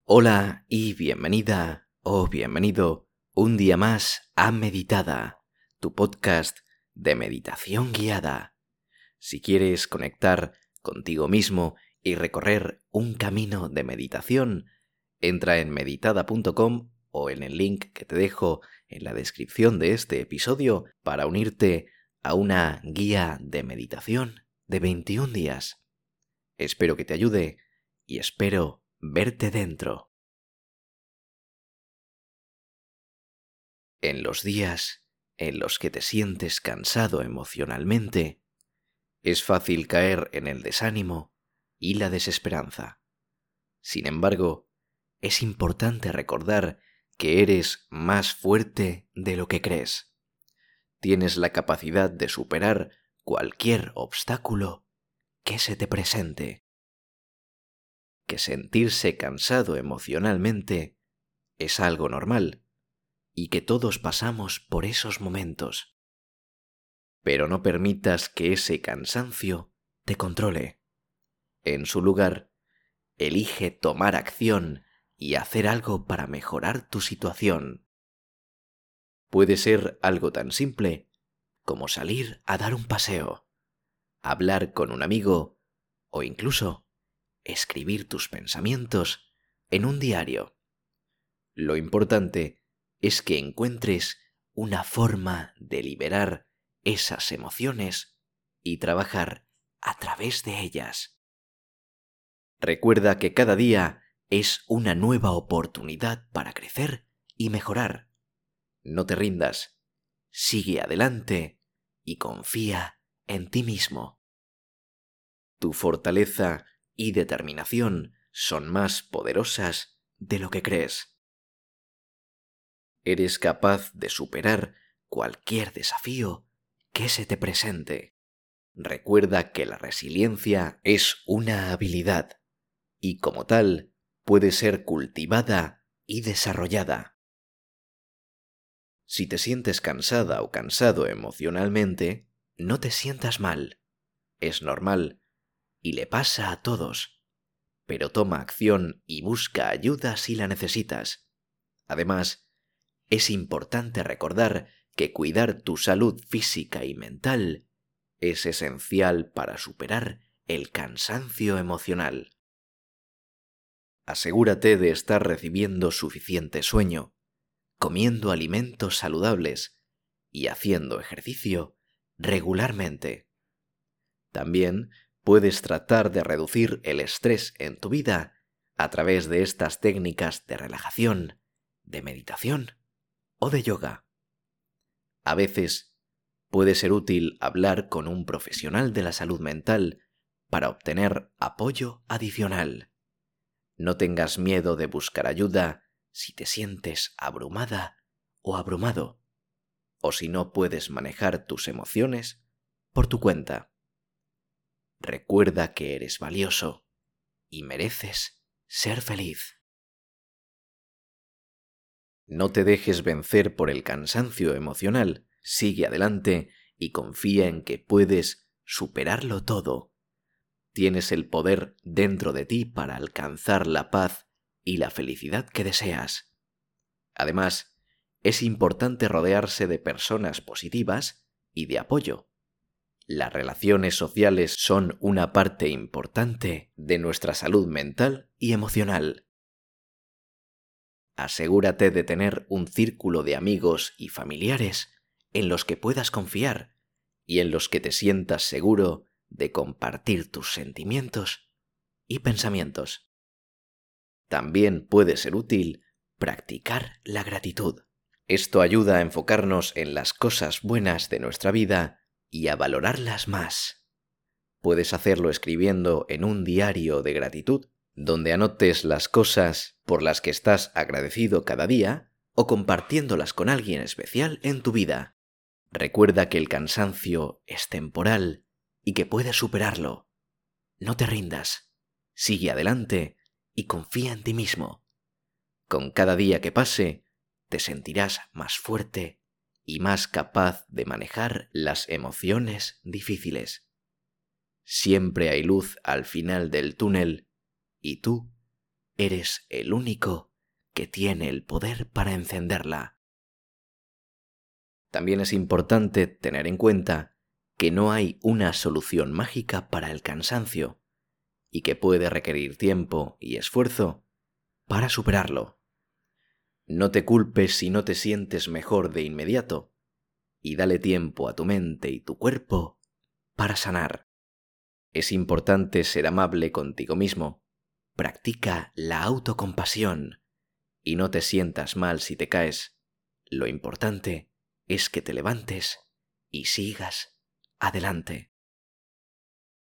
Hola y bienvenida o bienvenido un día más a Meditada, tu podcast de meditación guiada. Si quieres conectar contigo mismo y recorrer un camino de meditación, entra en meditada.com o en el link que te dejo en la descripción de este episodio para unirte a una guía de meditación de 21 días. Espero que te ayude y espero verte dentro. En los días en los que te sientes cansado emocionalmente, es fácil caer en el desánimo y la desesperanza. Sin embargo, es importante recordar que eres más fuerte de lo que crees. Tienes la capacidad de superar cualquier obstáculo que se te presente. Que sentirse cansado emocionalmente es algo normal y que todos pasamos por esos momentos. Pero no permitas que ese cansancio te controle. En su lugar, elige tomar acción y hacer algo para mejorar tu situación. Puede ser algo tan simple como salir a dar un paseo, hablar con un amigo o incluso escribir tus pensamientos en un diario. Lo importante es que encuentres una forma de liberar esas emociones y trabajar a través de ellas. Recuerda que cada día es una nueva oportunidad para crecer y mejorar. No te rindas, sigue adelante y confía en ti mismo. Tu fortaleza y determinación son más poderosas de lo que crees. Eres capaz de superar cualquier desafío que se te presente. Recuerda que la resiliencia es una habilidad y como tal puede ser cultivada y desarrollada. Si te sientes cansada o cansado emocionalmente, no te sientas mal. Es normal y le pasa a todos. Pero toma acción y busca ayuda si la necesitas. Además, es importante recordar que cuidar tu salud física y mental es esencial para superar el cansancio emocional. Asegúrate de estar recibiendo suficiente sueño, comiendo alimentos saludables y haciendo ejercicio regularmente. También puedes tratar de reducir el estrés en tu vida a través de estas técnicas de relajación, de meditación o de yoga. A veces puede ser útil hablar con un profesional de la salud mental para obtener apoyo adicional. No tengas miedo de buscar ayuda si te sientes abrumada o abrumado, o si no puedes manejar tus emociones por tu cuenta. Recuerda que eres valioso y mereces ser feliz. No te dejes vencer por el cansancio emocional, sigue adelante y confía en que puedes superarlo todo. Tienes el poder dentro de ti para alcanzar la paz y la felicidad que deseas. Además, es importante rodearse de personas positivas y de apoyo. Las relaciones sociales son una parte importante de nuestra salud mental y emocional. Asegúrate de tener un círculo de amigos y familiares en los que puedas confiar y en los que te sientas seguro de compartir tus sentimientos y pensamientos. También puede ser útil practicar la gratitud. Esto ayuda a enfocarnos en las cosas buenas de nuestra vida y a valorarlas más. Puedes hacerlo escribiendo en un diario de gratitud, donde anotes las cosas por las que estás agradecido cada día o compartiéndolas con alguien especial en tu vida. Recuerda que el cansancio es temporal y que puedes superarlo. No te rindas, sigue adelante y confía en ti mismo. Con cada día que pase, te sentirás más fuerte y más capaz de manejar las emociones difíciles. Siempre hay luz al final del túnel y tú eres el único que tiene el poder para encenderla. También es importante tener en cuenta que no hay una solución mágica para el cansancio y que puede requerir tiempo y esfuerzo para superarlo. No te culpes si no te sientes mejor de inmediato y dale tiempo a tu mente y tu cuerpo para sanar. Es importante ser amable contigo mismo. Practica la autocompasión y no te sientas mal si te caes. Lo importante es que te levantes y sigas adelante.